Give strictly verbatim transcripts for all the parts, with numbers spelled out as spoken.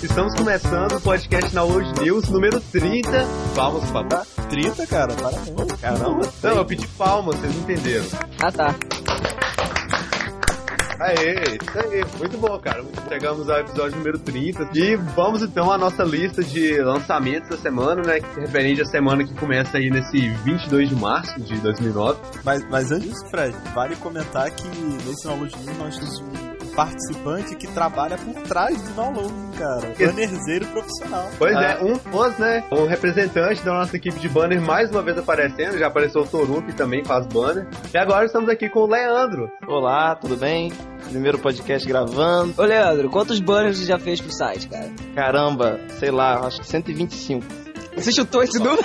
Estamos começando o podcast Download News número trinta. Palmas, papai. trinta, cara? Parabéns. Caramba. Não, eu pedi palmas, vocês entenderam. Ah, tá. Aê, isso aí, muito bom, cara. Chegamos ao episódio número trinta e vamos então à nossa lista de lançamentos da semana, né? Referente à semana que começa aí nesse vinte e dois de março de dois mil e nove. Mas, mas antes disso, Fred, vale comentar que nesse Download News nós temos um participante que trabalha por trás do download, cara. Um bannerzeiro profissional. Pois ah. é, um fãs, né? Um representante da nossa equipe de banner mais uma vez aparecendo. Já apareceu o Toru, que também faz banner. E agora estamos aqui com o Leandro. Olá, tudo bem? Primeiro podcast gravando. Ô, Leandro, quantos banners você já fez pro site, cara? Caramba, sei lá, acho que cento e vinte e cinco. Você chutou esse número?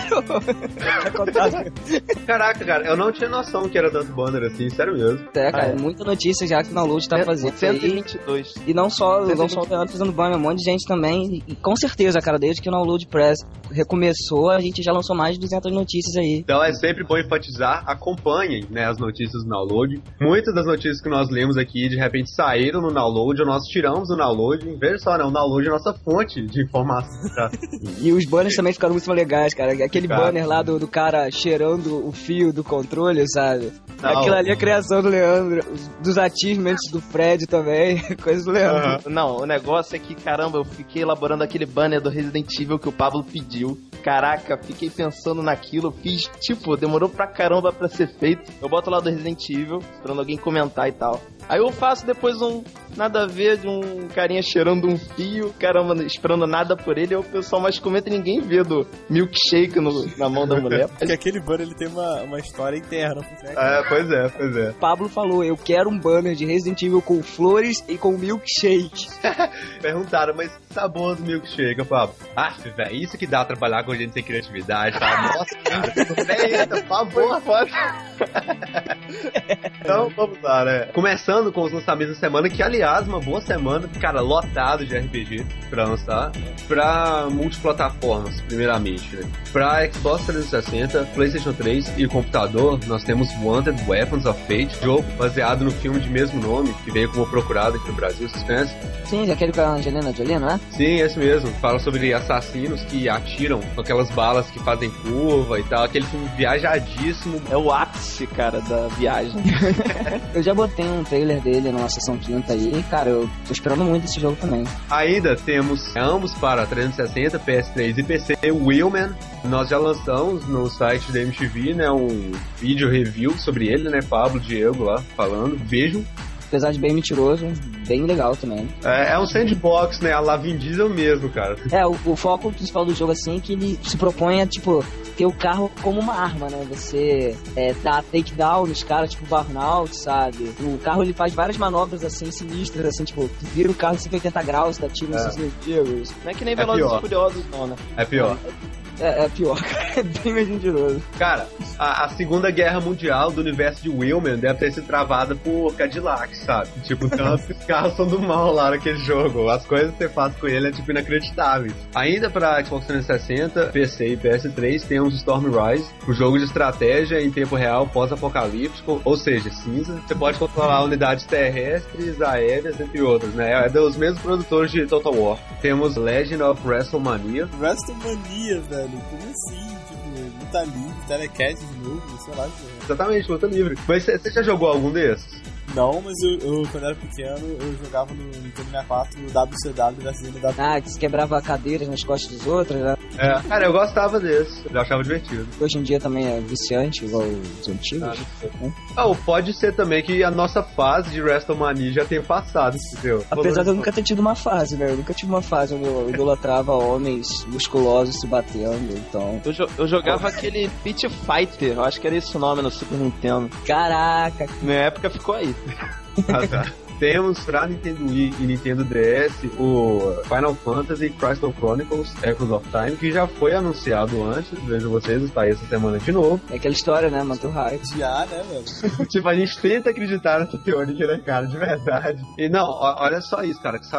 Caraca, cara, eu não tinha noção que era tanto banner assim, sério mesmo. É, cara, ah, é. muita notícia já que o Download tá fazendo. cento e vinte e dois. E não só, cento e vinte. não só o Leandro fazendo banner, um monte de gente também. E com certeza, cara, desde que o Download Press recomeçou, a gente já lançou mais de duzentas notícias aí. Então é sempre bom enfatizar, acompanhem, né, as notícias do Download. Muitas das notícias que nós lemos aqui, de repente, saíram no Download, ou nós tiramos do Download. Veja só, né, o Download é a nossa fonte de informação. Tá? E os banners também ficaram muito legais, cara. Aquele cara. banner lá do, do cara cheirando o fio do controle, sabe? Não. Aquilo ali é a criação do Leandro. Dos achievements do Fred também. Coisa do Leandro. Uhum. Não, o negócio é que, caramba, eu fiquei elaborando aquele banner do Resident Evil que o Pablo pediu. Caraca, fiquei pensando naquilo. Fiz, tipo, demorou pra caramba pra ser feito. Eu boto lá do Resident Evil, esperando alguém comentar e tal. Aí eu faço depois um nada a ver de um carinha cheirando um fio, caramba, esperando nada por ele, aí o pessoal mais comenta e ninguém vê do milkshake no, na mão da mulher. Porque aquele banner ele tem uma, uma história interna. É, pois é, pois é. Pablo falou, eu quero um banner de Resident Evil com flores e com milkshake. Perguntaram, mas que sabor do milkshake, Pablo? Ah, velho, isso que dá trabalhar com gente sem criatividade, tá? Nossa, cara, eita, por favor, pode. Então, vamos lá, né? Começando com os lançamentos da semana, que aliás, uma boa semana, cara, lotado de R P G pra lançar, pra multiplataformas, primeiramente, né? Pra Xbox trezentos e sessenta, PlayStation três e computador, nós temos Wanted Weapons of Fate, jogo baseado no filme de mesmo nome, que veio como procurado aqui no Brasil, vocês conhecem? Sim, aquele com a Angelina Jolie, não é? Sim, esse mesmo. Fala sobre assassinos que atiram com aquelas balas que fazem curva e tal, aquele filme viajadíssimo. É o ápice, cara, da viagem. Eu já botei um trailer dele numa sessão quinta aí, e cara, eu tô esperando muito esse jogo também. Ainda temos ambos para trezentos e sessenta, P S três e P C, Wheelman. Nós já lançamos no site da M T V, né, um vídeo review sobre ele, né, Pablo, Diego lá falando, vejam. Apesar de bem mentiroso, bem legal também. É, é um sandbox, né, a la Vin Diesel mesmo, cara. É, o, o foco principal do jogo, assim, é que ele se propõe a, tipo, ter o carro como uma arma, né? Você é, dá takedown nos caras, tipo burnout, sabe? O carro, ele faz várias manobras, assim, sinistras, assim, tipo, vira o carro em cento e oitenta graus, dá tiro nos seus inimigos. Não é que nem Velozes e Furiosos, não, né? É pior. É, é pior, é bem mais mentiroso. Cara, a, a Segunda Guerra Mundial do universo de Wheelman deve ter sido travada por Cadillac, sabe? Tipo, tanto que os carros são do mal lá naquele jogo. As coisas que você faz com ele é, tipo, inacreditáveis. Ainda pra Xbox trezentos e sessenta, P C e P S três, temos Storm Rise, o jogo de estratégia em tempo real pós-apocalíptico, ou seja, cinza. Você pode controlar unidades terrestres, aéreas, entre outras, né? É dos mesmos produtores de Total War. Temos Legend of WrestleMania. WrestleMania, velho. Como assim? Tipo, luta livre, telecat de novo, sei lá. Exatamente, luta livre. Mas você já jogou algum desses? Não, mas eu, eu, quando era pequeno, eu jogava no Nintendo sessenta e quatro, no W C W versus W. Ah, que se quebrava cadeiras nas costas dos outros, né? É, cara, eu gostava desse, eu achava divertido. Hoje em dia também é viciante, igual os antigos. Ah, né? ah, pode ser também que a nossa fase de WrestleMania já tenha passado, entendeu? Apesar de eu nunca ter tido uma fase, né? Eu nunca tive uma fase onde eu idolatrava homens musculosos se batendo, então... Eu, jo- eu jogava aquele Pit Fighter, eu acho que era esse o nome no Super Nintendo. Caraca! Na época ficou aí. Ah, tá. Temos pra Nintendo Wii e Nintendo D S o Final Fantasy Crystal Chronicles Echoes of Time, que já foi anunciado antes, vejo vocês, está aí essa semana de novo. É aquela história, né? Manter o hype. Já, né, velho? Tipo, a gente tenta acreditar nessa teoria, né, cara, de verdade. E não, ó, olha só isso, cara, que salada.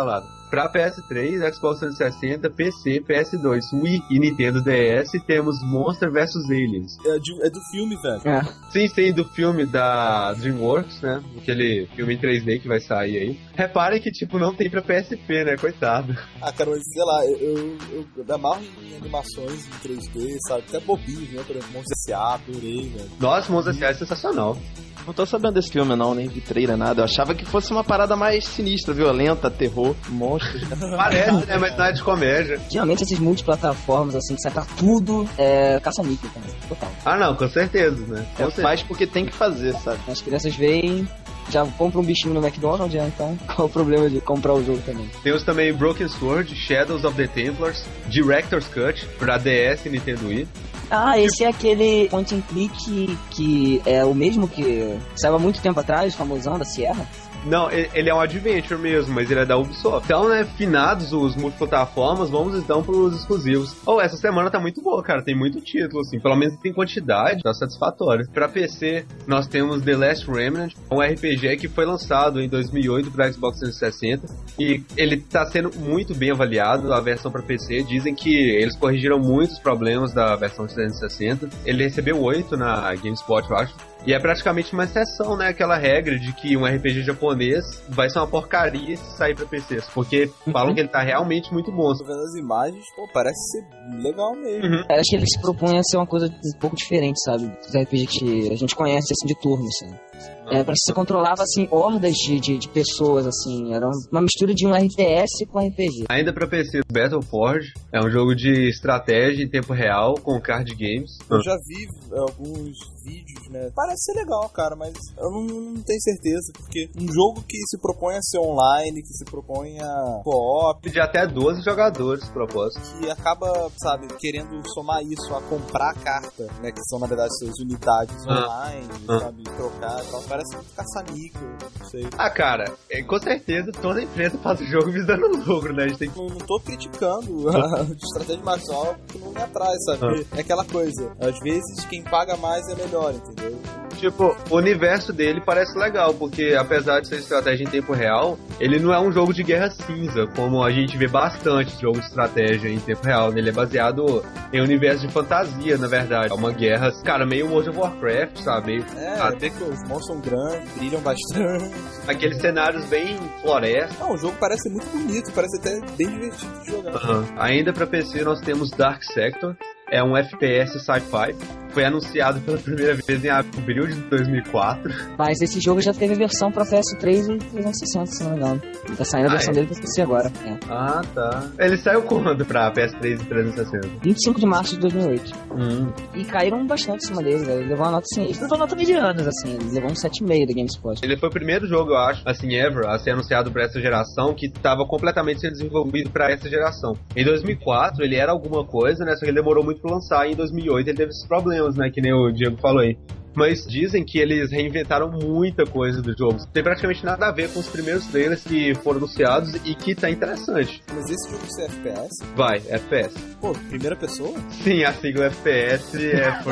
Pra P S três, Xbox trezentos e sessenta, P C, P S dois, Wii e Nintendo D S, temos Monster versus. Aliens. É, de, é do filme, velho. É. Sim, sim, do filme da DreamWorks, né? Aquele filme em três D que vai sair aí. Reparem que, tipo, não tem pra P S P, né? Coitado. Ah, cara, mas sei lá, eu, eu, eu, eu me amarro em animações em três D, sabe? Até bobinhos, né? Por exemplo, Monstros S A, adorei, velho. Nossa, Monstros S A é sensacional. Não tô sabendo desse filme não, nem vi trailer, nada. Eu achava que fosse uma parada mais sinistra, violenta, terror, monstros. Parece, né? Mas não é de comédia. Geralmente esses multiplataformas, assim, que sai pra tudo, é caça-níquel, cara. Total. Ah, não, com certeza, né? Com É, certeza. faz porque tem que fazer, sabe? As crianças veem, já compram um bichinho no McDonald's, já, então qual o problema de comprar o jogo também? Temos também Broken Sword, Shadows of the Templars, Director's Cut pra D S e Nintendo Wii. Ah, esse é aquele point and click que é o mesmo que saiu há muito tempo atrás, famosão da Sierra. Não, ele é um adventure mesmo, mas ele é da Ubisoft. Então, né, finados os multiplataformas, vamos então pros exclusivos. Oh, essa semana tá muito boa, cara, tem muito título, assim, pelo menos tem quantidade, tá satisfatório. Pra P C, nós temos The Last Remnant, um R P G que foi lançado em dois mil e oito pra Xbox trezentos e sessenta, e ele tá sendo muito bem avaliado, a versão pra P C. Dizem que eles corrigiram muitos problemas da versão de trezentos e sessenta. Ele recebeu oito na GameSpot, eu acho. E é praticamente uma exceção, né? Aquela regra de que um R P G japonês vai ser uma porcaria se sair pra P C. Porque falam que ele tá realmente muito bom. Tô vendo as imagens, pô, parece ser legal mesmo. Uhum. Eu acho que ele se propõe a ser uma coisa um pouco diferente, sabe? Dos R P G que a gente conhece, assim, de turno, sabe? É, parece que você controlava, assim, hordas de, de, de pessoas, assim. Era uma mistura de um R T S com R P G. Ainda pra P C, Battleforge é um jogo de estratégia em tempo real com card games. Eu já vi alguns vídeos, né? Parece ser legal, cara, mas eu não, não tenho certeza, porque um jogo que se propõe a ser online, que se propõe a co-op, De até doze jogadores, propósito. que acaba, sabe, querendo somar isso a comprar carta, né? Que são, na verdade, suas unidades Ah. online, Ah. sabe, trocar e tal. Parece muito caça-níquel, não sei. Ah, cara, é, com certeza toda empresa faz o jogo visando o lucro, né? A gente tem que... Eu não tô criticando a estratégia marcial que não me atrai, sabe? É aquela coisa, às vezes quem paga mais é melhor, entendeu? Tipo, o universo dele parece legal, porque apesar de ser estratégia em tempo real, ele não é um jogo de guerra cinza, como a gente vê bastante de jogo de estratégia em tempo real. Ele é baseado em um universo de fantasia, na verdade. É uma guerra, cara, meio World of Warcraft, sabe? Meio... É, até porque os monstros são grandes, brilham bastante. aqueles cenários bem floresta. Não, o jogo parece muito bonito, parece até bem divertido de jogar. Uhum. Ainda pra P C nós temos Dark Sector. É um F P S sci-fi. Foi anunciado pela primeira vez em abril de dois mil e quatro. Mas esse jogo já teve versão pra P S três e trezentos e sessenta, se não me engano. Tá saindo a Ah, versão é? dele pra P C agora. É. Ah, tá. Ele saiu quando pra P S três e trezentos e sessenta? vinte e cinco de março de dois mil e oito. Hum. E caíram bastante em cima dele, velho. Levou uma nota assim. Ele levou uma nota mediana, assim. Ele levou um sete vírgula cinco da GameSpot. Ele foi o primeiro jogo, eu acho, assim, ever, a ser anunciado pra essa geração, que tava completamente sendo desenvolvido pra essa geração. Em dois mil e quatro, ele era alguma coisa, né? Só que ele demorou muito pra lançar. E em dois mil e oito ele teve esses problemas, né? Que nem o Diego falou aí. Mas dizem que eles reinventaram muita coisa do jogo. Tem praticamente nada a ver com os primeiros trailers que foram anunciados e que tá interessante. Mas esse jogo ser F P S? Vai, F P S. Pô, primeira pessoa? Sim, a sigla F P S é... Por...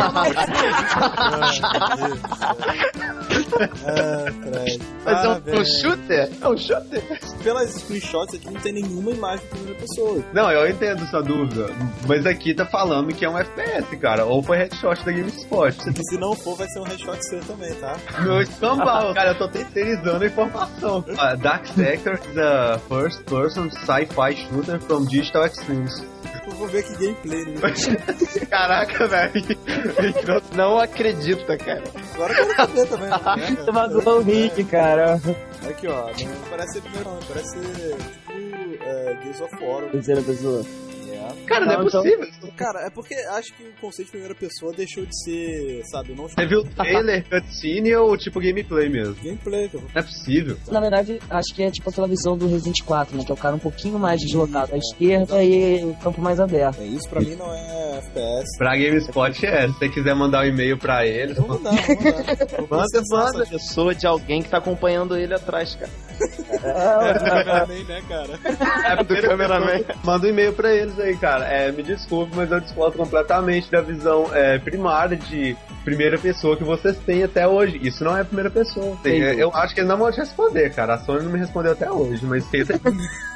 Ah, Fred. Mas é Ah, um, um velho. shooter? É um shooter? Pelas screenshots aqui não tem nenhuma imagem de primeira pessoa. Não, eu entendo sua dúvida, mas aqui tá falando que é um F P S, cara. Ou foi headshot da GameSpot. Se não for, vai ser um headshot seu também, tá? Meu escambau, cara, eu tô terceirizando a informação. Uh, Dark Sector is a first-person sci-fi shooter from Digital Extremes. Eu vou ver aqui gameplay, né? Caraca, velho. Não acredita, cara. Agora eu quero saber também. Né, Você mandou o link, cara. Aqui, ó. Não parece ser primeiro, não. Parece ser tipo é, Gears of War. Terceira pessoa. Yeah. Cara, não é Não, então- possível. Cara, é porque acho que o conceito de primeira pessoa deixou de ser, sabe, não Você viu o trailer, cutscene ou tipo gameplay mesmo? gameplay. Que eu... Não é possível. Na verdade, acho que é tipo aquela visão do Resident quatro, né? Que é o cara um pouquinho mais deslocado à esquerda e o campo mais aberto. É, isso pra mim não é F P S. Pra GameSpot é. Se você quiser mandar um e-mail pra eles, Vamos mandar, vamos mandar. Manda, manda. Pessoa de alguém que tá acompanhando ele atrás, cara. Também, né, cara? é do cameraman. Manda um e-mail pra eles aí, cara. É, me desculpe, mas eu discordo completamente da visão é, primária de primeira pessoa que vocês têm até hoje. Isso não é primeira pessoa. Tem, eu acho que eles não vão te responder, cara. A Sony não me respondeu até hoje, mas tenta.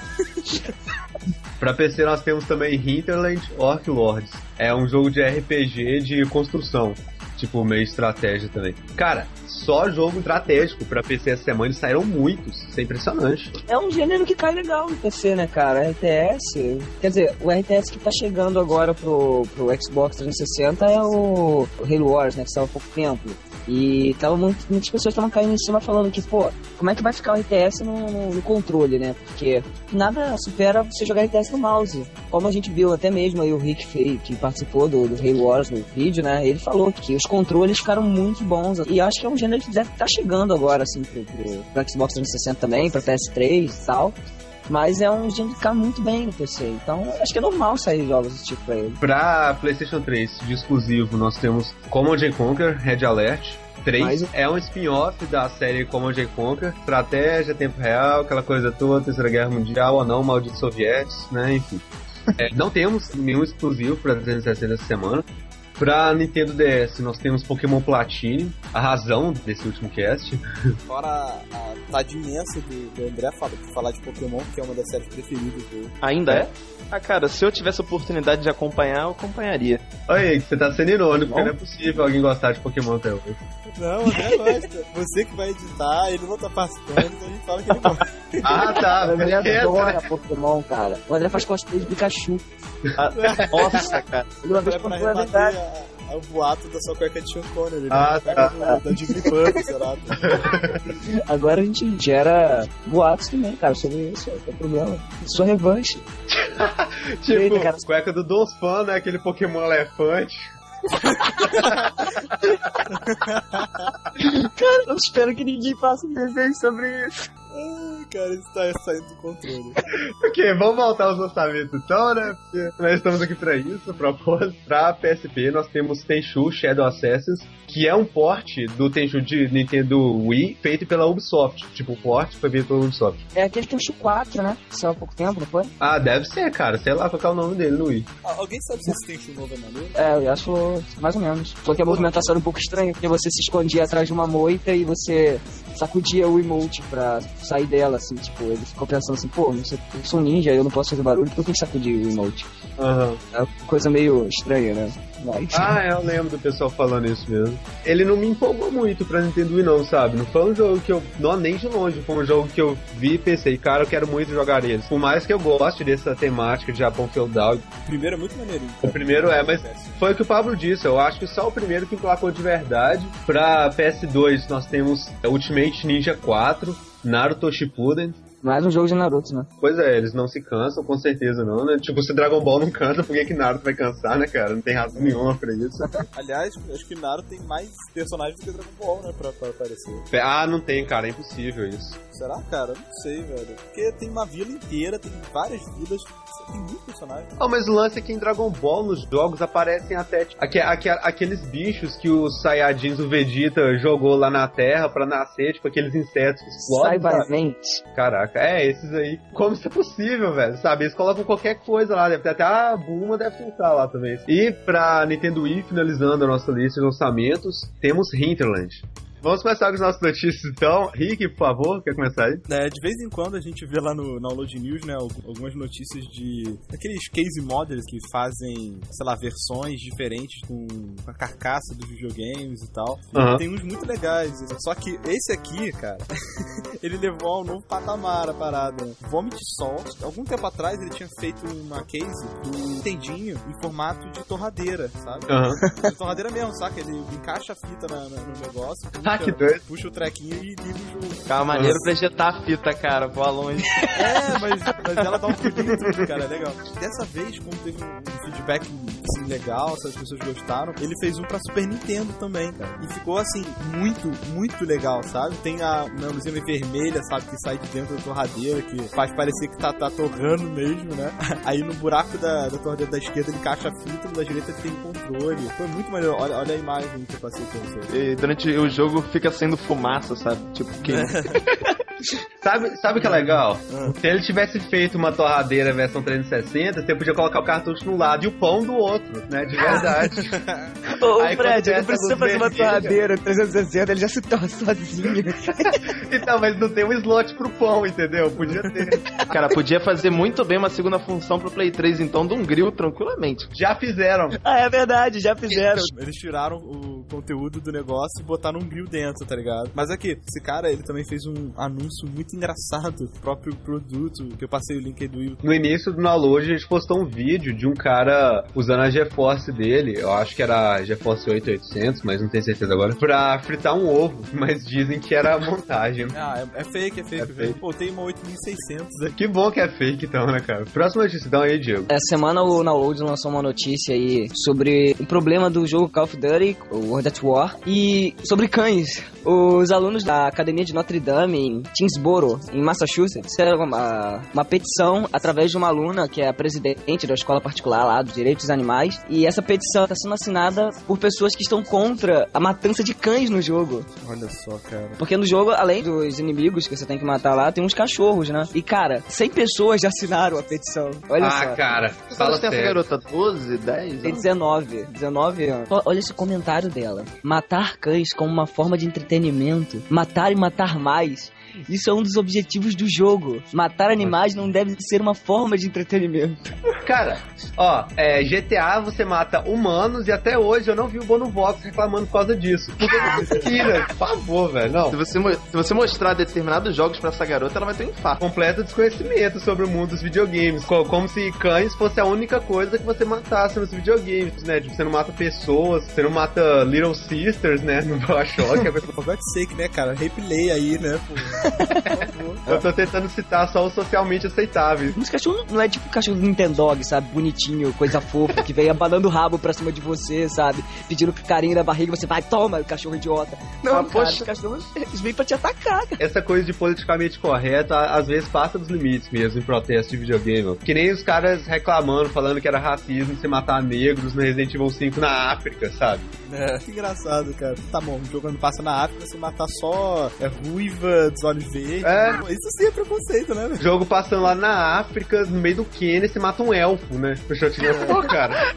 Pra P C nós temos também Hinterland Orc Lords. É um jogo de R P G de construção. Tipo, meio estratégia também. Cara, só jogo estratégico pra P C essa semana e saíram muitos. Isso é impressionante. É um gênero que cai legal no P C, né, cara? R T S. Quer dizer, o R T S que tá chegando agora pro, pro Xbox trezentos e sessenta é o, o Halo Wars, né? Que saiu há pouco tempo. E tava muito, muitas pessoas estavam caindo em cima falando que, pô, como é que vai ficar o R T S no, no, no controle, né? Porque nada supera você jogar R T S no mouse. Como a gente viu até mesmo aí o Rick Fay, que participou do, do Halo Wars no vídeo, né? Ele falou que os controles ficaram muito bons. E acho que é um gênero que deve estar chegando agora, assim, pro, pro, pro Xbox trezentos e sessenta também, pra P S três e tal. Mas é um gênero que cai muito bem no P C. Então acho que é normal sair jogos desse tipo pra ele. Pra PlayStation três, de exclusivo, nós temos Command and Conquer, Red Alert três. Mas... é um spin-off da série Command and Conquer. Estratégia, tempo real, aquela coisa toda, Terceira Guerra Mundial ou não, malditos soviéticos, né? Enfim. É, não temos nenhum exclusivo pra trezentos e sessenta essa semana. Pra Nintendo D S, nós temos Pokémon Platine, a razão desse último cast. Fora a tarde imensa do, do André fala, de falar de Pokémon, que é uma das séries preferidas dele. Ainda é? Ah, cara, se eu tivesse a oportunidade de acompanhar, eu acompanharia. Olha aí, você tá sendo irônico, porque não é possível alguém gostar de Pokémon até hoje. Não, o André gosta. Você que vai editar, ele não tá participando, então a gente fala que ele gosta. Ah, tá. O André adora Pokémon, cara. O André faz cosplay de Pikachu. Ah, nossa, cara. Ele uma vez pra comprou a verdade. a, a, o boato da sua cueca de Sean Connery. Ah, né? tá. Da, da Jigglypuff, será? Agora a gente gera boatos também, cara, sobre isso. Não tem problema. Sua revanche. Tipo, Eita, cara. cueca do Dosfan, né? Aquele Pokémon elefante. Cara, eu espero que ninguém faça um desenho sobre isso. Ai, cara, isso tá saindo do controle. Ok, vamos voltar aos lançamentos então, né? Porque nós estamos aqui pra isso, propósito. Pra P S P nós temos Tenchu Shadow Assassins, que é um port do Tenchu de Nintendo Wii, feito pela Ubisoft. Tipo, o port foi feito pela Ubisoft. É aquele Tenchu quatro, né? Saiu há pouco tempo, não foi? Ah, deve ser, cara. Sei lá qual é o nome dele no Wii. Ah, alguém sabe se esse Tenchu novo é maneiro? É, eu acho que falou mais ou menos. Falou que a movimentação era um pouco estranha, porque você se escondia atrás de uma moita e você sacudia o emote pra sair dela, assim, tipo, ele ficou pensando assim, pô, não sei, eu sou um ninja, eu não posso fazer barulho, por que eu tenho que sacudir o emote? Aham. É uma coisa meio estranha, né? Mas... Ah, eu lembro do pessoal falando isso mesmo. Ele não me empolgou muito pra Nintendo Wii não, sabe? Não foi um jogo que eu... Não, nem de longe. Foi um jogo que eu vi e pensei, cara, eu quero muito jogar eles. Por mais que eu goste dessa temática de Japão feudal. O primeiro é muito maneirinho. O primeiro é, mas foi o que o Pablo disse. Eu acho que só o primeiro que emplacou de verdade. Pra P S dois nós temos Ultimate Ninja quatro, Naruto Shippuden. Mais um jogo de Naruto, né? Pois é, eles não se cansam, com certeza não, né? Tipo, se Dragon Ball não cansa, por que que Naruto vai cansar, né, cara? Não tem razão nenhuma pra isso. Aliás, acho que Naruto tem mais personagens do que Dragon Ball, né, pra, pra aparecer. Ah, não tem, cara, é impossível isso. Será, cara? Não sei, velho. Porque tem uma vila inteira, tem várias vilas, tem muitos personagens. Ah, mas o lance é que em Dragon Ball, nos jogos, aparecem até tipo, aqu aqu aqueles bichos que os Saiyajins, o Vegeta, jogou lá na Terra pra nascer, tipo, aqueles insetos que explodem. Saibamente. Caraca, é, esses aí. Como isso é possível, velho? Sabe, eles colocam qualquer coisa lá, deve ter até a Bulma, deve tentar lá também. E pra Nintendo Wii, finalizando a nossa lista de lançamentos, temos Hinterland. Vamos começar com as nossas notícias, então. Rick, por favor, quer começar aí? É, de vez em quando a gente vê lá no Download News, né, algumas notícias de aqueles case models que fazem, sei lá, versões diferentes com a carcaça dos videogames e tal. Uhum. Tem uns muito legais. Só que esse aqui, cara, ele levou a um novo patamar a parada. Vomit Sol, algum tempo atrás ele tinha feito uma case do Nintendinho em formato de torradeira, sabe? Uhum. De torradeira mesmo, saca? Ele encaixa a fita na, na, no negócio. Ah, que doido. Puxa o trequinho e liga o jogo. Ficava maneiro pra ejetar a fita, cara, voar longe. É, mas, mas ela dá um pulinho tudo, cara, é legal. Dessa vez, como teve um, um feedback assim, legal, se as pessoas gostaram, ele fez um pra Super Nintendo também, cara. E ficou assim, muito, muito legal, sabe? Tem a uma luzinha vermelha, sabe, que sai de dentro da torradeira, que faz parecer que tá, tá torrando mesmo, né? Aí no buraco da, da torradeira da esquerda ele encaixa a fita, no da direita ele tem controle. Foi muito maneiro, olha, olha a imagem que eu passei pra você. E durante o jogo fica sendo fumaça, sabe? Tipo, quem... Sabe, sabe o que é legal? Hum. Se ele tivesse feito uma torradeira versão trezentos e sessenta, você podia colocar o cartucho de um lado e o pão do outro, né? De verdade. Ô, Aí, Fred, não precisa fazer uma torradeira trezentos e sessenta, ele já se torna sozinho. Então, mas não tem um slot pro pão, entendeu? Podia ter. Cara, podia fazer muito bem uma segunda função pro Play três, então, de um grill tranquilamente. Já fizeram. Ah, é verdade, já fizeram. Eles tiraram o conteúdo do negócio e botaram um grill dentro, tá ligado? Mas aqui, esse cara, ele também fez um anúncio muito engraçado do próprio produto, que eu passei o link aí do YouTube. No início do download, a gente postou um vídeo de um cara usando a GeForce dele, eu acho que era a GeForce oito mil e oitocentos, mas não tenho certeza agora, pra fritar um ovo, mas dizem que era montagem. Ah, é, é fake, é fake. É fake. Pô, tem uma oito mil e seiscentos aqui. Que bom que é fake então, né, cara? Próxima notícia, então aí, Diego. Essa semana o Download lançou uma notícia aí sobre o problema do jogo Call of Duty, o World at War, e sobre cães. Os alunos da Academia de Notre Dame, em Tingsboro, em Massachusetts, fizeram uma, uma petição através de uma aluna que é a presidente da escola particular lá dos direitos dos animais, e essa petição está sendo assinada por pessoas que estão contra a matança de cães no jogo. Olha só, cara. Porque no jogo, além dos inimigos que você tem que matar lá, tem uns cachorros, né? E, cara, cem pessoas já assinaram a petição. Olha ah, só. Ah, cara. Fala tem essa garota? doze, dez? Tem dezenove. dezenove anos. Olha esse comentário dela. Matar cães como uma forma de entretenimento. Matar e matar mais. Isso é um dos objetivos do jogo. Matar animais não deve ser uma forma de entretenimento. Cara, ó, é, G T A você mata humanos e até hoje eu não vi o Bono Vox reclamando por causa disso. Por que você tira? Por favor, velho, não. Se você, se você mostrar determinados jogos pra essa garota, ela vai ter um infarto. Completo desconhecimento sobre o mundo dos videogames. Como se cães fosse a única coisa que você matasse nos videogames, né? Tipo, você não mata pessoas, você não mata Little Sisters, né? No Bioshock. For God's sake, né, cara? Replay aí, né, pô. Eu tô tentando citar só os socialmente aceitáveis. Esse cachorro não é tipo o cachorro do Nintendog, sabe? Bonitinho, coisa fofa, que vem abanando o rabo pra cima de você, sabe? Pedindo carinho na barriga, você vai, toma, cachorro idiota. Não, ah, cara, os cachorros, eles vêm pra te atacar, cara. Essa coisa de politicamente correto, às vezes passa dos limites mesmo em protesto de videogame. Que nem os caras reclamando, falando que era racismo você matar negros no Resident Evil cinco na África, sabe? É, que engraçado, cara. Tá bom, jogando passa na África, você matar só é, ruiva, dos olhos verdes. É. Isso sim é preconceito, né? O jogo passando lá na África, no meio do Quênia, você mata um elfo, né? Deixa eu te dizer, pô, cara.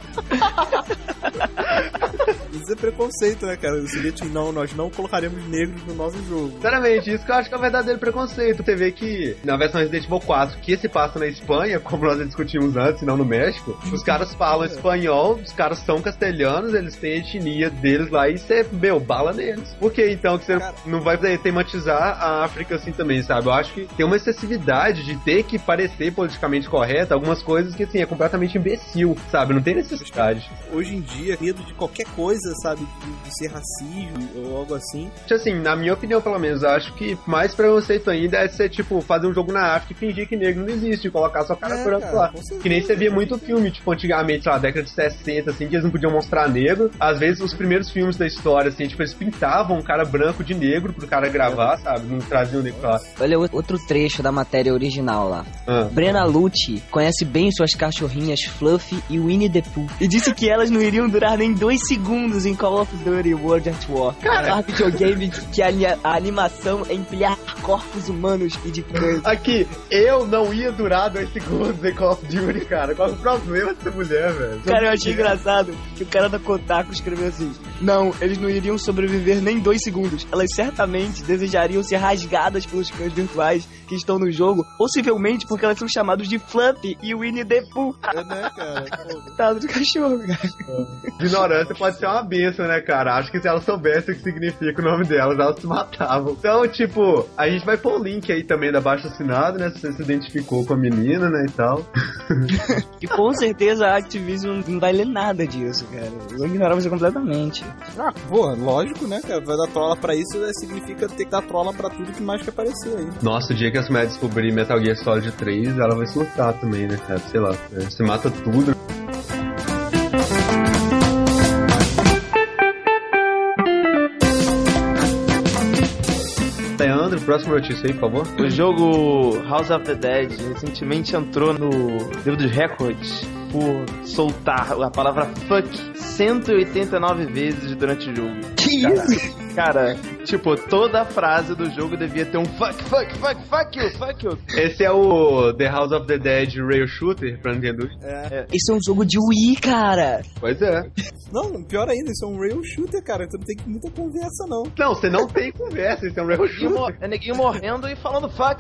Isso é preconceito, né, cara? Seria tipo, não, nós não colocaremos negros no nosso jogo. Sinceramente, isso que eu acho que é o verdadeiro preconceito. Você vê que na versão Resident Evil quatro, que se passa na Espanha, como nós discutimos antes, e não no México, os caras falam espanhol, os caras são castelhanos, eles têm a etnia deles lá e você, meu, bala neles. Por que então que você cara, não vai tematizar a África assim também, sabe? Eu acho que tem uma excessividade de ter que parecer politicamente correto algumas coisas que, assim, é completamente imbecil, sabe? Não tem necessidade. Hoje em dia, medo de qualquer coisa, sabe? De, de ser racismo ou algo assim. Assim, na minha opinião, pelo menos, eu acho que mais preconceito ainda é ser, tipo, fazer um jogo na África e fingir que negro não existe, colocar sua cara é, branca lá. Que nem você via muito filme, tipo, antigamente, lá, década de sessenta, assim, que eles não podiam mostrar negro. Às vezes, os primeiros filmes da história, assim, tipo, eles pintavam um cara branco de negro pro cara gravar, sabe? Não traziam negro pra lá. Olha outro trecho da matéria original lá. Ah. Brenna Lucci conhece bem suas cachorrinhas Fluffy e Winnie the Pooh e disse que elas não iriam durar nem dois segundos em Call of Duty World at War. Cara, videogame que a, a animação é empilhar corpos humanos e de cães. Aqui, eu não ia durar dois segundos em Call of Duty, cara. Qual é o problema dessa mulher, velho? Cara, eu achei engraçado que o cara da Kotaku escreveu assim: não, eles não iriam sobreviver nem dois segundos. Elas certamente desejariam ser rasgadas pelos cães virtuais que estão no jogo, possivelmente porque elas são chamados de Fluffy e Winnie the Pooh. É, né, cara? Coitado do cachorro, cara. Ignorância pode ser uma benção, né, cara? Acho que se elas soubessem o que significa o nome delas, elas se matavam. Então, tipo, a gente vai pôr o link aí também da Baixo Assinado, né? Se você se identificou com a menina, né, e tal. E com certeza a Activision não vai ler nada disso, cara. Eu vou ignorar você completamente. Ah, pô, lógico, né, cara? Vai dar trola pra isso, né, significa ter que dar trola pra tudo que mais que aparecer aí. Nossa, o dia que as mulheres descobrirem Metal Gear Solid três, ela vai surtar também, né, cara? Sei lá, você mata tudo. Leandro, próxima notícia aí, por favor. O jogo House of the Dead recentemente entrou no livro dos recordes por soltar a palavra fuck cento e oitenta e nove vezes durante o jogo. Que isso? Cara, tipo, toda a frase do jogo devia ter um fuck, fuck, fuck, fuck you, fuck you. Esse é o The House of the Dead Rail Shooter pra Nintendo. É. Isso é um jogo de Wii, cara. Pois é. Não, pior ainda, isso é um rail shooter, cara. Então não tem muita conversa, não. Não, você não tem conversa, isso é um Rail Shooter. É neguinho morrendo e falando fuck.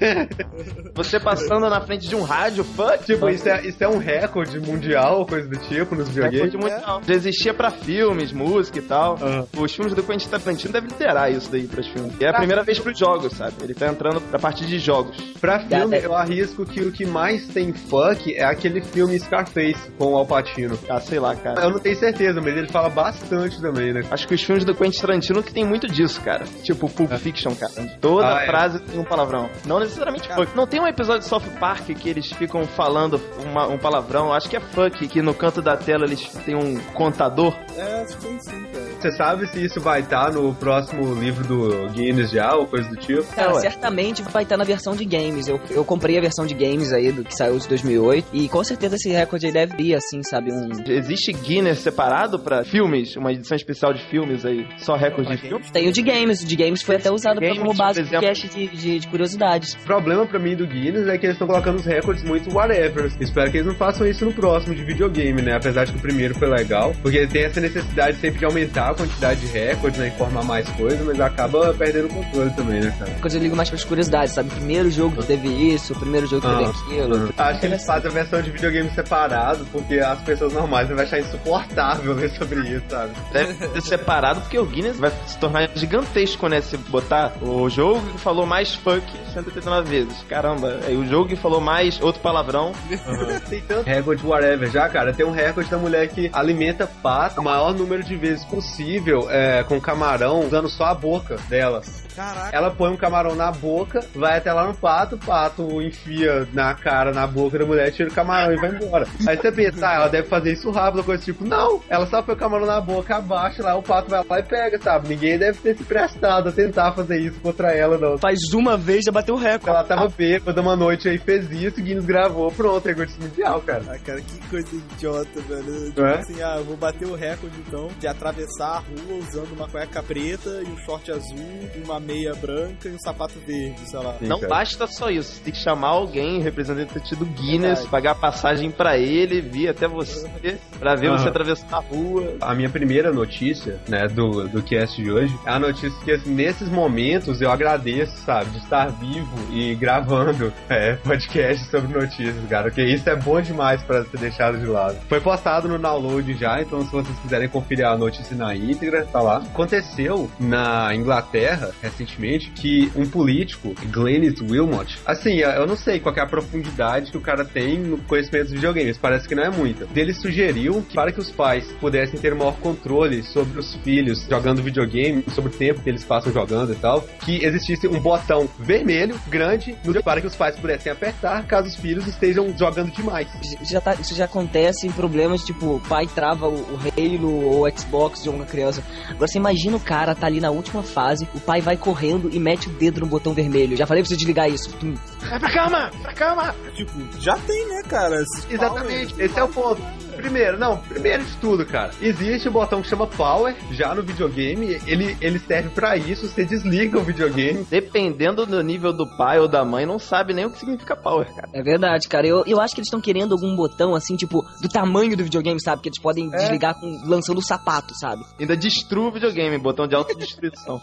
Você passando na frente de um rádio, fuck. Tipo, isso é, isso é um recorde mundial, coisa do tipo, nos videogames. Recorde mundial. Já existia pra filmes, música e tal. Uhum. Os filmes do Quentin Tarantino devem liderar isso daí pros filmes. E é a primeira vez pros jogos, sabe? Ele tá entrando pra partir de jogos. Pra filme, eu arrisco que o que mais tem fuck é aquele filme Scarface com o Al Pacino. Ah, sei lá, cara. Eu não tenho certeza, mas ele fala bastante também, né? Acho que os filmes do Quentin Tarantino que tem muito disso, cara. Tipo Pulp Fiction, cara. Toda Ah, é. frase tem um palavrão. Não necessariamente fuck. Não tem um episódio de South Park que eles ficam falando uma, um palavrão. Acho que é fuck, que no canto da tela eles têm um contador. É, acho que tem sim, cara. Você sabe se isso vai estar no próximo livro do Guinness já, ou coisa do tipo? Cara, É, ué. certamente vai estar na versão de games. Eu, eu comprei a versão de games aí, do que saiu de dois mil e oito. E com certeza esse recorde aí deve ir, assim, sabe? Um... Existe Guinness separado pra filmes? Uma edição especial de filmes aí? Só recorde de filmes? Tem o de games. O de games foi até usado pra- Games, como base por do exemplo. cast de, de, de curiosidades. O problema pra mim do Guinness é que eles estão colocando os recordes muito whatever. Espero que eles não façam isso no próximo de videogame, né? Apesar de que o primeiro foi legal. Porque tem essa necessidade sempre de aumentar a quantidade de recordes, né? E formar mais coisas, mas acaba perdendo o controle também, né, cara? Quando eu ligo mais pras curiosidades, sabe? O primeiro jogo que teve isso, o primeiro jogo que teve Ah, aquilo. Acho que eles fazem a versão de videogame separado, porque as pessoas normais vão achar insuportável ver sobre isso, sabe? Deve ser separado porque o Guinness vai se tornar gigantesco, né? Se botar o jogo que falou mais fuck cento e oitenta e nove vezes. Caramba, aí o jogo que falou mais outro palavrão. Tem tanto recorde whatever já, cara. Tem um recorde da mulher que alimenta pato o maior número de vezes possível é, com camarão, usando só a boca dela. Caraca. Ela põe um camarão na boca, vai até lá no pato, o pato enfia na cara, na boca da mulher, tira o camarão e vai embora. Aí você pensa, ah, ela deve fazer isso rápido, coisa tipo, não, ela só põe o camarão na boca, abaixa lá, o pato vai lá e pega, sabe? Ninguém deve ter se prestado a tentar fazer isso contra ela, não. Faz uma vez, já bateu o recorde. Ela tava bêbada uma noite aí, fez isso, o Guinness gravou, pronto, recorde mundial, cara. Ah, cara, que coisa idiota, velho. Tipo Não é? assim, ah, eu vou bater o recorde, então, de atravessar a rua usando uma cueca preta e um short azul, e uma meia branca e um sapato verde, sei lá. Sim, Não cara. basta só isso, você tem que chamar alguém, representante do Guinness, Verdade. pagar passagem pra ele, vir até você, pra ver Aham. você atravessar a rua. A minha primeira notícia, né, do, do cast de hoje, é a notícia que, assim, nesses momentos eu agradeço, sabe, de estar vivo e gravando é, podcast sobre notícias, cara, porque isso é bom demais pra ser deixado de lado. Foi postado no download já, então se vocês quiserem conferir a notícia na íntegra, tá lá. Aconteceu na Inglaterra, recentemente, que um político, Glenys Wilmot, assim, eu não sei qual que é a profundidade que o cara tem no conhecimento dos videogames, parece que não é muita. Ele sugeriu que para que os pais pudessem ter maior controle sobre os filhos jogando videogame, sobre o tempo que eles passam jogando e tal, que existisse um botão vermelho, grande, no- para que os pais pudessem apertar caso os filhos estejam jogando demais. Já tá, isso já acontece em problemas, tipo, o pai trava o, o Halo ou o Xbox de uma criança. Agora você imagina o cara tá ali na última fase, o pai vai correndo e mete o dedo no botão vermelho. Já falei pra você desligar isso. Tum. Vai pra cama! Pra cama! Tipo, já tem, né, cara? Esses Exatamente, power, esse é o ponto. Primeiro, não, primeiro de tudo, cara, existe o botão que chama Power, já no videogame, ele, ele serve pra isso, você desliga o videogame. Dependendo do nível do pai ou da mãe, não sabe nem o que significa power, cara. É verdade, cara. Eu, eu acho que eles estão querendo algum botão, assim, tipo, do tamanho do videogame, sabe? Que eles podem É. desligar com, lançando o sapato, sabe? Ainda destrua o videogame, botão de autodestruição.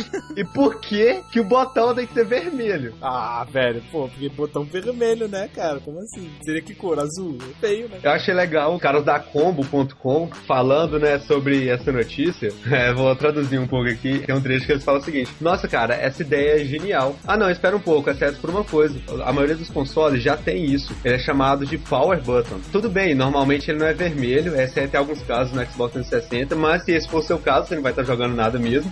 E por que que o botão tem que ser vermelho? Ah, velho, pô, porque botão vermelho, né, cara? Como assim? Seria que cor? Azul? É feio, né? Eu achei legal, os caras da combo ponto com falando, né, sobre essa notícia. É, vou traduzir um pouco aqui. Tem um trecho que eles falam o seguinte: nossa, cara, essa ideia é genial. Ah, não, espera um pouco, exceto por uma coisa. A maioria dos consoles já tem isso. Ele é chamado de Power Button. Tudo bem, normalmente ele não é vermelho, exceto em alguns casos no Xbox trezentos e sessenta, mas se esse for o seu caso, você não vai estar jogando nada mesmo.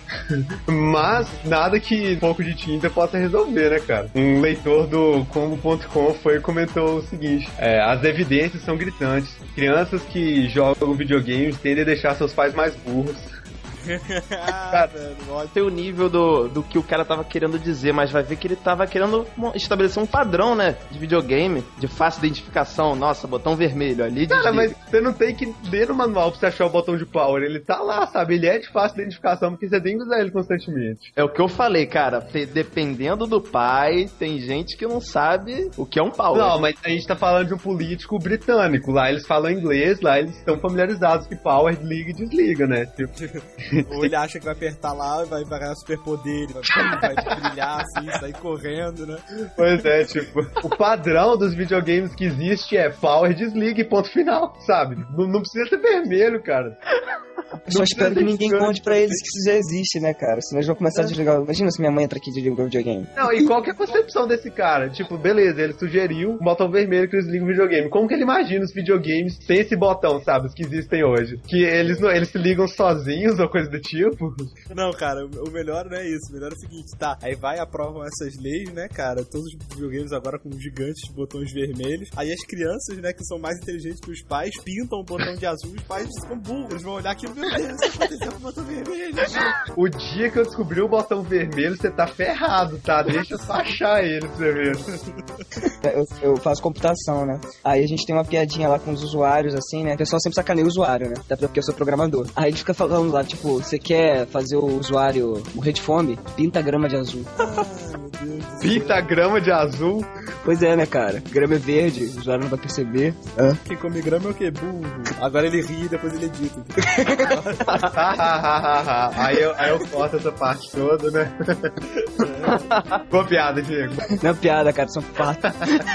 Mas nada que um pouco de tinta possa resolver, né, cara? Um leitor do combo ponto com foi e comentou o seguinte: é, as evidências são gritantes. Crianças que jogam videogames tendem a deixar seus pais mais burros. Cara, tem o nível do, do que o cara tava querendo dizer, mas vai ver que ele tava querendo estabelecer um padrão, né? De videogame, de fácil identificação. Nossa, botão vermelho ali. Cara, desliga. mas você não tem que ler no manual pra você achar o botão de power. Ele tá lá, sabe? Ele é de fácil identificação porque você tem que usar ele constantemente. É o que eu falei, cara. Dependendo do pai, tem gente que não sabe o que é um power. Não, mas a gente tá falando de um político britânico. Lá eles falam inglês, lá eles estão familiarizados que power liga e desliga, né? Tipo... Ou ele acha que vai apertar lá, vai ganhar superpoder, vai, vai brilhar assim, sair correndo, né? Pois é, tipo, o padrão dos videogames que existe é power, desliga e ponto final, sabe? Não, não precisa ser vermelho, cara. Eu só espero que ninguém conte pra eles que isso já existe, né, cara? Senão eles vão começar a desligar. Imagina se minha mãe entra aqui e desliga o videogame. Não, e qual que é a concepção desse cara? Tipo, beleza, ele sugeriu um botão vermelho que desliga o videogame. Como que ele imagina os videogames sem esse botão, sabe? Os que existem hoje? Que eles, não, eles se ligam sozinhos ou coisa do tipo? Não, cara, o melhor não é isso. O melhor é o seguinte, tá? Aí vai, aprovam essas leis, né, cara? Todos os videogames agora com gigantes botões vermelhos. Aí as crianças, né, que são mais inteligentes que os pais, pintam o botão de azul e os pais ficam burros. Eles vão olhar aquilo, meu Deus, aconteceu com o botão vermelho. O dia que eu descobri o botão vermelho, você tá ferrado, tá? Deixa eu só achar ele pra você ver. Eu, eu faço computação, né? Aí a gente tem uma piadinha lá com os usuários, assim, né? O pessoal sempre sacaneia o usuário, né? Até porque eu sou programador. Aí ele fica falando lá, tipo, você quer fazer o usuário morrer de fome? Pinta a grama de azul. Ai, meu Deus. Pinta a grama de azul? Pois é, né, cara? Grama é verde, o usuário não vai perceber. Hã? Quem come grama é o quê? Burro. Agora ele ri e depois ele edita. aí, eu, aí eu corto essa parte toda, né? Boa piada, Diego. Não é piada, cara, são fatos.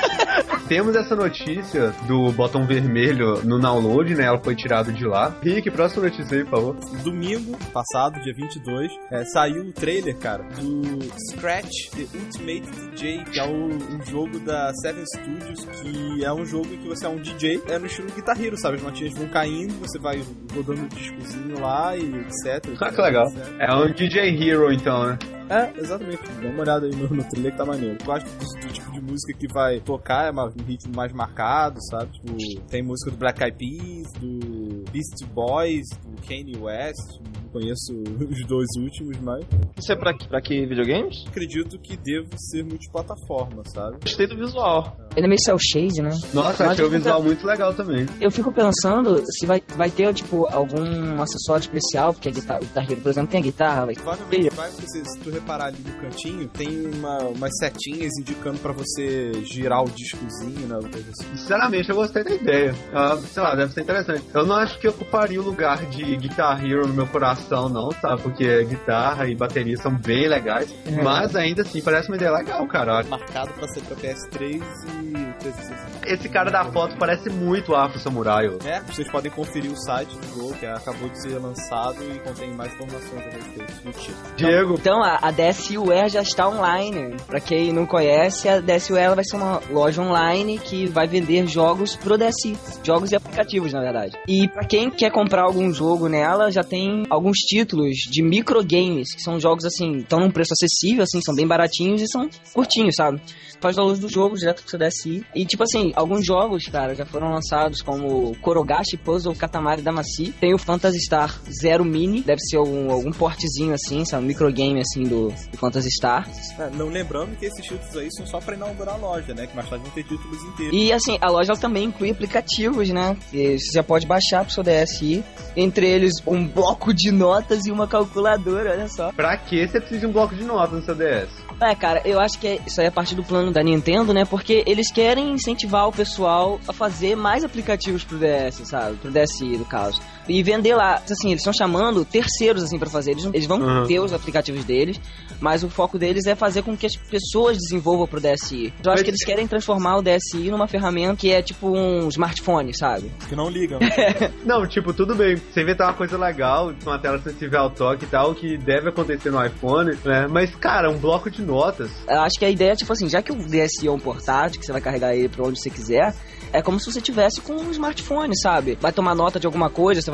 Temos essa notícia do botão vermelho no download, né? Ela foi tirada de lá. Rick, próxima notícia aí, por favor. Domingo passado, dia vinte e dois, é, saiu o trailer, cara, do Scratch The Ultimate D J, que é o, um jogo da Seven Studios, que é um jogo em que você é um D J, é no estilo Guitar Hero, sabe? As notinhas vão caindo, você vai rodando o discozinho lá e etcétera. Ah, que legal. É um D J Hero, então, né? É, exatamente. Dá uma olhada aí no, no trailer que tá maneiro. Eu gosto do, do tipo de música que vai tocar, é uma, um ritmo mais marcado, sabe? Tipo, tem música do Black Eyed Peas, do Beastie Boys, do Kanye West. Não conheço os dois últimos, mas... Isso é pra, pra que videogames? Acredito que devo ser multiplataforma, sabe? Gostei do visual. Ele é meio cel shade, né? Nossa, Mas achei o fico visual pe- muito legal também. Eu fico pensando se vai, vai ter, tipo, algum acessório especial, porque a guitarra, o Guitar Hero, por exemplo, tem a guitarra, vai Provavelmente vai, porque se, se tu reparar ali no cantinho, tem uma, umas setinhas indicando pra você girar o discozinho, né? Coisa assim. Sinceramente, eu gostei da ideia. Ah, sei lá, deve ser interessante. Eu não acho que ocuparia o lugar de Guitar Hero no meu coração, não, sabe? Porque guitarra e bateria são bem legais. É. Mas ainda assim, parece uma ideia legal, cara. Marcado pra ser pra P S três e trezentos e sessenta. Esse cara da foto parece muito Afro Samurai. Ó. É, vocês podem conferir o site do jogo, que acabou de ser lançado e contém mais informações a respeito do tipo. Diego. Então, a, a D S U E já está online. Pra quem não conhece, a D S U E ela vai ser uma loja online que vai vender jogos pro D S I. Jogos e aplicativos, na verdade. E pra quem quer comprar algum jogo nela, já tem alguns títulos de microgames, que são jogos, assim, estão num preço acessível, assim, são bem baratinhos e são curtinhos, sabe? Faz download do jogo direto pro seu D S I. E, tipo assim, alguns jogos, cara, já foram lançados, como Korogashi Puzzle Katamari Damacy. Tem o Phantasy Star Zero Mini, deve ser algum, algum portezinho, assim, sabe? Um microgame, assim, do, do Phantasy Star. É, não lembrando que esses títulos aí são só pra inaugurar a loja, né? Que mais tarde vão ter títulos inteiros. E, assim, a loja ela também inclui aplicativos, né? Que você já pode baixar pro seu D S I. Entre eles, um bloco de notas e uma calculadora, olha só. Pra que você precisa de um bloco de notas no seu D S? É, cara, eu acho que isso aí é parte do plano da Nintendo, né? Porque eles querem incentivar o pessoal a fazer mais aplicativos pro D S, sabe? Pro D S I, no caso. E vender lá. Assim, eles estão chamando terceiros, assim, pra fazer. Eles, eles vão Uhum. ter os aplicativos deles, mas o foco deles é fazer com que as pessoas desenvolvam pro D S I. Eu acho Mas- que eles querem transformar o D S I numa ferramenta que é tipo um smartphone, sabe? Que não ligam. Não, tipo, tudo bem. Você inventar uma coisa legal, com uma tela sensível ao toque e tal, que deve acontecer no iPhone, né? Mas, cara, um bloco de notas. Eu acho que a ideia é, tipo assim, já que o D S I é um portátil, que você vai carregar ele pra onde você quiser, é como se você tivesse com um smartphone, sabe? Vai tomar nota de alguma coisa, você vai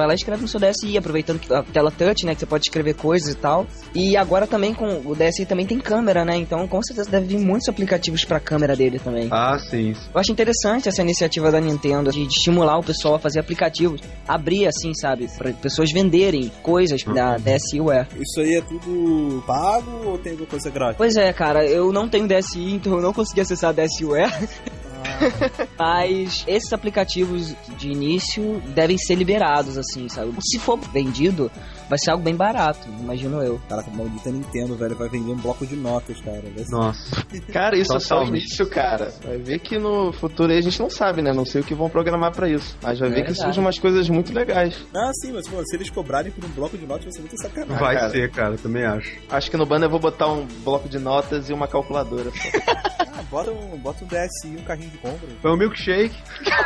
vai lá e escreve no seu D S I, aproveitando que a tela touch, né, que você pode escrever coisas e tal. E agora também com o D S I também tem câmera, né, então com certeza deve vir muitos aplicativos pra câmera dele também. Ah, sim. Eu acho interessante essa iniciativa da Nintendo de, de estimular o pessoal a fazer aplicativos, abrir assim, sabe, pra pessoas venderem coisas uhum. da D S I Wear. Isso aí é tudo pago ou tem alguma coisa grátis? Pois é, cara, eu não tenho D S I, então eu não consegui acessar a D S I Wear. Mas esses aplicativos de início devem ser liberados, assim, sabe? Se for vendido, vai ser algo bem barato, imagino eu. Caraca, maldita Nintendo, velho, vai vender um bloco de notas, cara. Nossa. Cara, isso é só o início, cara. Vai ver que no futuro aí a gente não sabe, né? Não sei o que vão programar pra isso. Mas vai é ver verdade. Que surgem umas coisas muito legais. Ah, sim, mas pô, se eles cobrarem por um bloco de notas, vai ser muito sacanagem. Vai cara. ser, cara, também acho. Acho que no banner eu vou botar um bloco de notas e uma calculadora só. Ah, bota um, bota um D S I e um carrinho de compra. Foi um milkshake.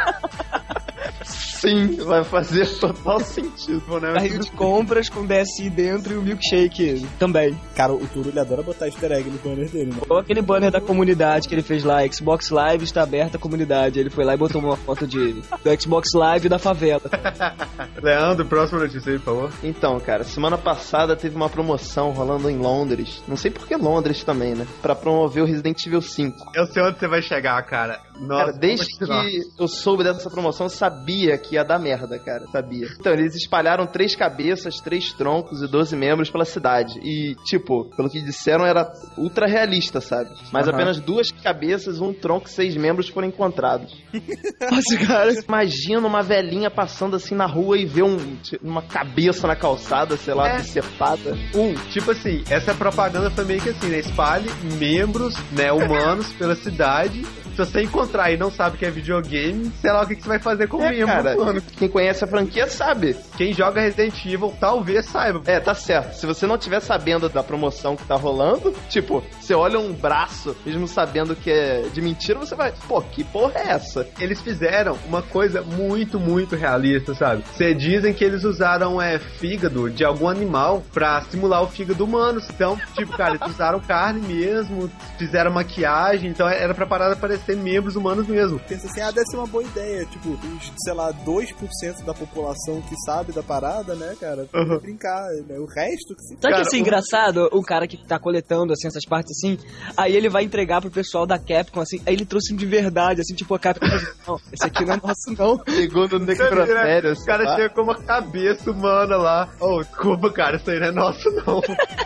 Sim, vai fazer total sentido. Carrinho de compras com D S I dentro e o milkshake também. Cara, o Turo ele adora botar easter egg no banner dele, né? Ou aquele banner da comunidade que ele fez lá, Xbox Live está aberta a comunidade. Ele foi lá e botou uma foto de, do Xbox Live da favela. Leandro, próxima notícia aí, por favor. Então, cara, semana passada teve uma promoção rolando em Londres. Não sei por que Londres também, né? Pra promover o Resident Evil cinco. Eu sei onde você vai chegar, cara. Nossa, cara, desde que eu soube dessa promoção, eu sabia que ia dar merda, cara. Sabia. Então, eles espalharam três cabeças, três troncos e doze membros pela cidade. E, tipo, pelo que disseram, era ultra realista, sabe? Mas uhum. apenas duas cabeças, um tronco e seis membros foram encontrados. Nossa, cara. Imagina uma velhinha passando assim na rua e ver um, uma cabeça na calçada, sei lá, é. decepada. Um, tipo assim, essa propaganda foi meio que assim, né? Espalhe membros, né, humanos pela cidade. Se você encontrar e não sabe que é videogame, sei lá o que, que você vai fazer com o é, membro, cara, mano. Quem conhece a franquia sabe. Quem joga Resident Evil talvez saiba. É, tá certo. Se você não tiver sabendo da promoção que tá rolando, tipo, você olha um braço, mesmo sabendo que é de mentira, você vai, pô, que porra é essa? Eles fizeram uma coisa muito, muito realista, sabe? Você dizem que eles usaram é, fígado de algum animal pra simular o fígado humano. Então, tipo, cara, eles usaram carne mesmo, fizeram maquiagem, então era pra parada parecer membros humanos mesmo. Pensa assim, ah, deve ser uma boa ideia, tipo, os, sei lá, dois por cento da população que sabe da parada, né, cara, pode uhum. brincar, né? O resto que se... Sabe que assim, o... engraçado, o cara que tá coletando, assim, essas partes assim, aí ele vai entregar pro pessoal da Capcom, assim, aí ele trouxe um de verdade, assim, tipo, a Capcom, não, esse aqui não é nosso, não. Segundo o necrotério, o cara chega com uma cabeça humana lá, oh, desculpa, cara, isso aí não é nosso, não.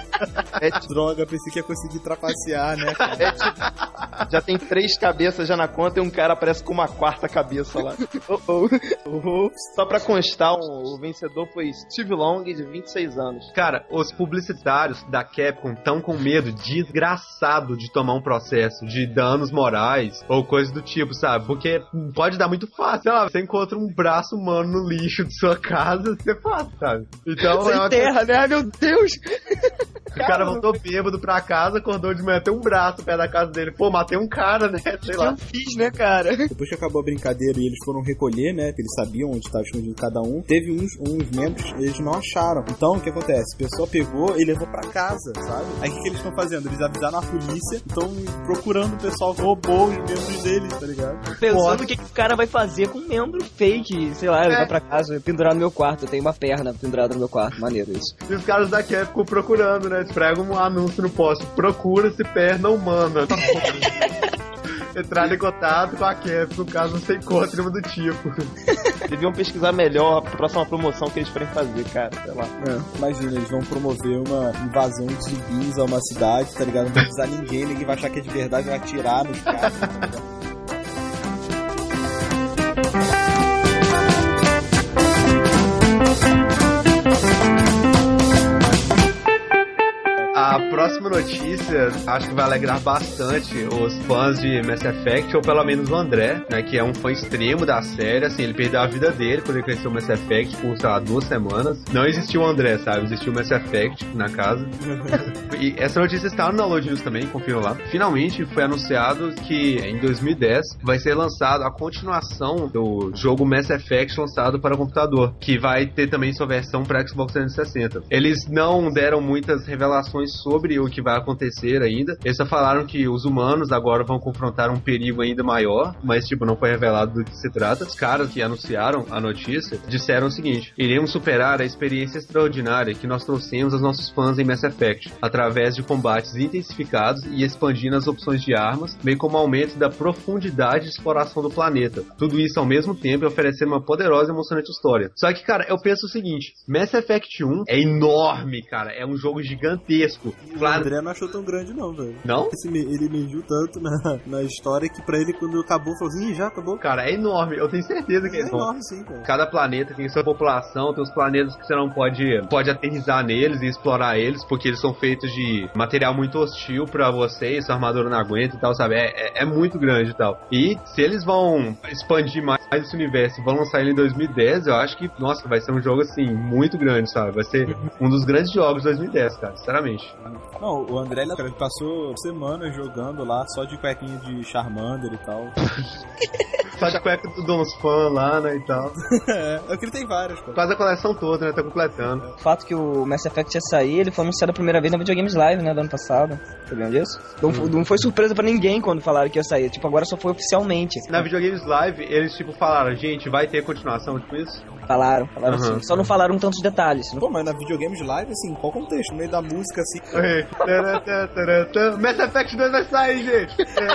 É droga, pensei que ia conseguir trapacear, né, cara? É tipo, já tem três cabeças já na conta e um cara aparece com uma quarta cabeça lá. Oh, oh. Ups. Só pra constar, um, o vencedor foi Steve Long, de vinte e seis anos. Cara, os publicitários da Capcom estão com medo desgraçado de tomar um processo de danos morais ou coisa do tipo, sabe? Porque pode dar muito fácil, sei lá, você encontra um braço humano no lixo de sua casa, você faz, sabe? Então Sem é uma terra, coisa... né? Ai, meu Deus! O cara voltou bêbado pra casa, acordou de manhã, tem um braço perto da casa dele. Pô, matei um cara, né? Sei lá. Eu fiz, né, cara? Depois que acabou a brincadeira e eles foram recolher, né? Porque eles sabiam onde estava escondido cada um. Teve uns, uns membros, eles não acharam. Então, o que acontece? A pessoa pegou e levou pra casa, sabe? Aí o que, que eles estão fazendo? Eles avisaram a polícia, estão procurando o pessoal que roubou os membros deles, tá ligado? Pensando o que, que o cara vai fazer com um membro fake, sei lá, levar é. pra casa, pendurar no meu quarto. Eu tenho uma perna pendurada no meu quarto, maneiro isso. E os caras da Capcom procurando, né? Eles pregam um anúncio no poste, procura-se perna humana. Entrar em contato com a Capcom, caso você encontre uma do tipo. Deviam pesquisar melhor a próxima promoção que eles forem fazer, cara, sei lá. É. Imagina, eles vão promover uma invasão de zumbis a uma cidade, tá ligado? Não vai avisar ninguém, ninguém vai achar que é de verdade, vai atirar nos caras, tá ligado? A próxima notícia, acho que vai alegrar bastante os fãs de Mass Effect, ou pelo menos o André, né, que é um fã extremo da série, assim, ele perdeu a vida dele quando ele cresceu o Mass Effect por, sei lá, duas semanas. Não existiu o André, sabe? Existiu o Mass Effect na casa. E essa notícia está no Download News também, confiram lá. Finalmente foi anunciado que em dois mil e dez vai ser lançado a continuação do jogo Mass Effect lançado para computador, que vai ter também sua versão para Xbox trezentos e sessenta. Eles não deram muitas revelações sobre o que vai acontecer ainda. Eles só falaram que os humanos agora vão confrontar um perigo ainda maior, mas, tipo, não foi revelado do que se trata. Os caras que anunciaram a notícia disseram o seguinte: iremos superar a experiência extraordinária que nós trouxemos aos nossos fãs em Mass Effect, através de combates intensificados e expandindo as opções de armas, bem como aumento da profundidade de exploração do planeta. Tudo isso ao mesmo tempo e oferecendo uma poderosa e emocionante história. Só que, cara, eu penso o seguinte: Mass Effect um é enorme, cara. É um jogo gigantesco. Claro. O André não achou tão grande, não, velho. Não? Esse, ele mediu tanto na, na história que pra ele, quando acabou, falou assim: já acabou. Cara, é enorme. Eu tenho certeza que é, é enorme. enorme sim, cara. Cada planeta tem sua população, tem os planetas que você não pode, pode aterrissar neles e explorar eles, porque eles são feitos de material muito hostil pra você, e sua armadura não aguenta e tal, sabe? É, é, é muito grande e tal. E se eles vão expandir mais esse universo e vão lançar ele em dois mil e dez, eu acho que, nossa, vai ser um jogo, assim, muito grande, sabe? Vai ser um dos grandes jogos de dois mil e dez, cara, sinceramente. Não, o André, cara, ele passou semanas jogando lá, só de cuequinha de Charmander e tal. Só de cueca do uns fãs lá, né, e tal. É, eu que ele tem várias, cara. Faz a coleção toda, né, tá completando. O fato que o Mass Effect ia sair, ele foi anunciado a primeira vez na Videogames Live, né, do ano passado. Sabiam disso? Não, hum. não foi surpresa pra ninguém quando falaram que ia sair, tipo, agora só foi oficialmente. Na Videogames Live, eles, tipo, falaram, gente, vai ter continuação, tipo isso? Falaram, falaram uhum. assim. Só não falaram tantos detalhes. Pô, mas na Videogames Live, assim, qual contexto? No meio da música, assim... Mass Effect dois vai sair, gente!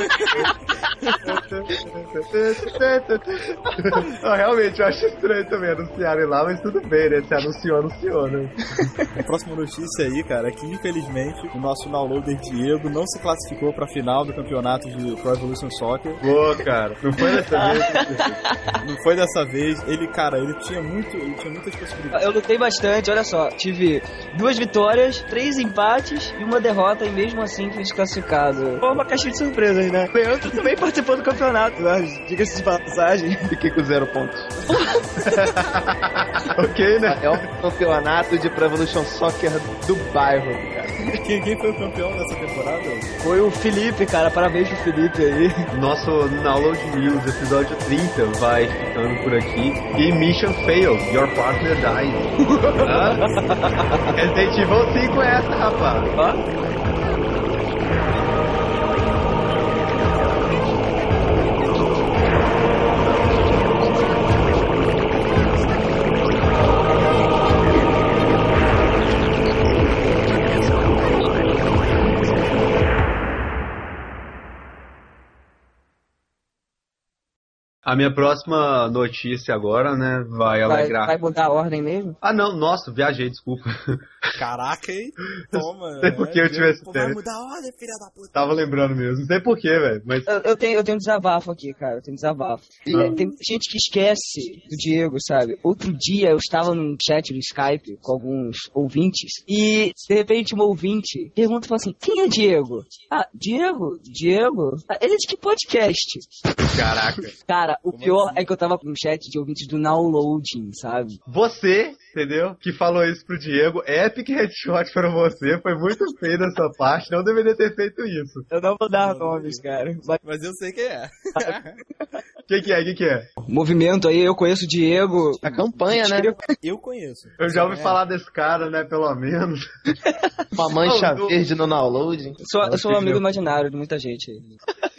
Não, realmente, eu acho estranho também anunciarem lá, mas tudo bem, né? Se anunciou, anunciou, né? A próxima notícia aí, cara, é que infelizmente o nosso downloader Diego não se classificou pra final do campeonato de Pro Evolution Soccer. Pô, cara, não foi dessa vez. Não foi dessa vez. Ele, cara, ele tinha muito, ele tinha muitas possibilidades. Eu lutei bastante, olha só. Tive duas vitórias, três empates e uma derrota, e mesmo assim fui desclassificado. Foi uma caixinha de surpresas, né? O Leandro também participou do campeonato, né? Diga-se de passagem. Fiquei com zero pontos. Ok, né? É o campeonato de Pro Evolution Soccer do bairro, cara. Quem, quem foi o campeão dessa temporada? Foi o Felipe, cara. Parabéns pro Felipe aí. Nosso Download News, episódio trinta, vai ficando por aqui. E Mission Failed, Your Partner Died. Resident Evil cinco é essa, rapaz. Hã? A minha próxima notícia agora, né, vai alegrar... Vai, vai mudar a ordem mesmo? Ah, não, nossa, viajei, desculpa. Caraca, hein? Toma. Não sei por que eu tivesse... Vai mudar a ordem, filha da puta. Tava lembrando mesmo, não sei por que, velho, mas... Eu, eu, tenho, eu tenho um desabafo aqui, cara, eu tenho um desabafo. Ah. Tem gente que esquece do Diego, sabe? Outro dia eu estava num chat no Skype com alguns ouvintes e, de repente, um ouvinte pergunta e fala assim, quem é Diego? Ah, Diego? Diego? Ah, ele é de que podcast? Caraca. Cara, o Como pior assim? É que eu tava com um chat de ouvintes do Downloading, sabe? Você, entendeu? Que falou isso pro Diego. Epic headshot pra você. Foi muito feio da sua parte. Não deveria ter feito isso. Eu não vou dar nomes, cara. Mas, Mas eu sei quem é. Quem que é? Quem que é? Movimento aí, eu conheço o Diego. A campanha, né? Eu conheço. Eu já ouvi é. falar desse cara, né? Pelo menos. Uma mancha oh, verde no download. Sou, eu sou um amigo imaginário de muita gente aí.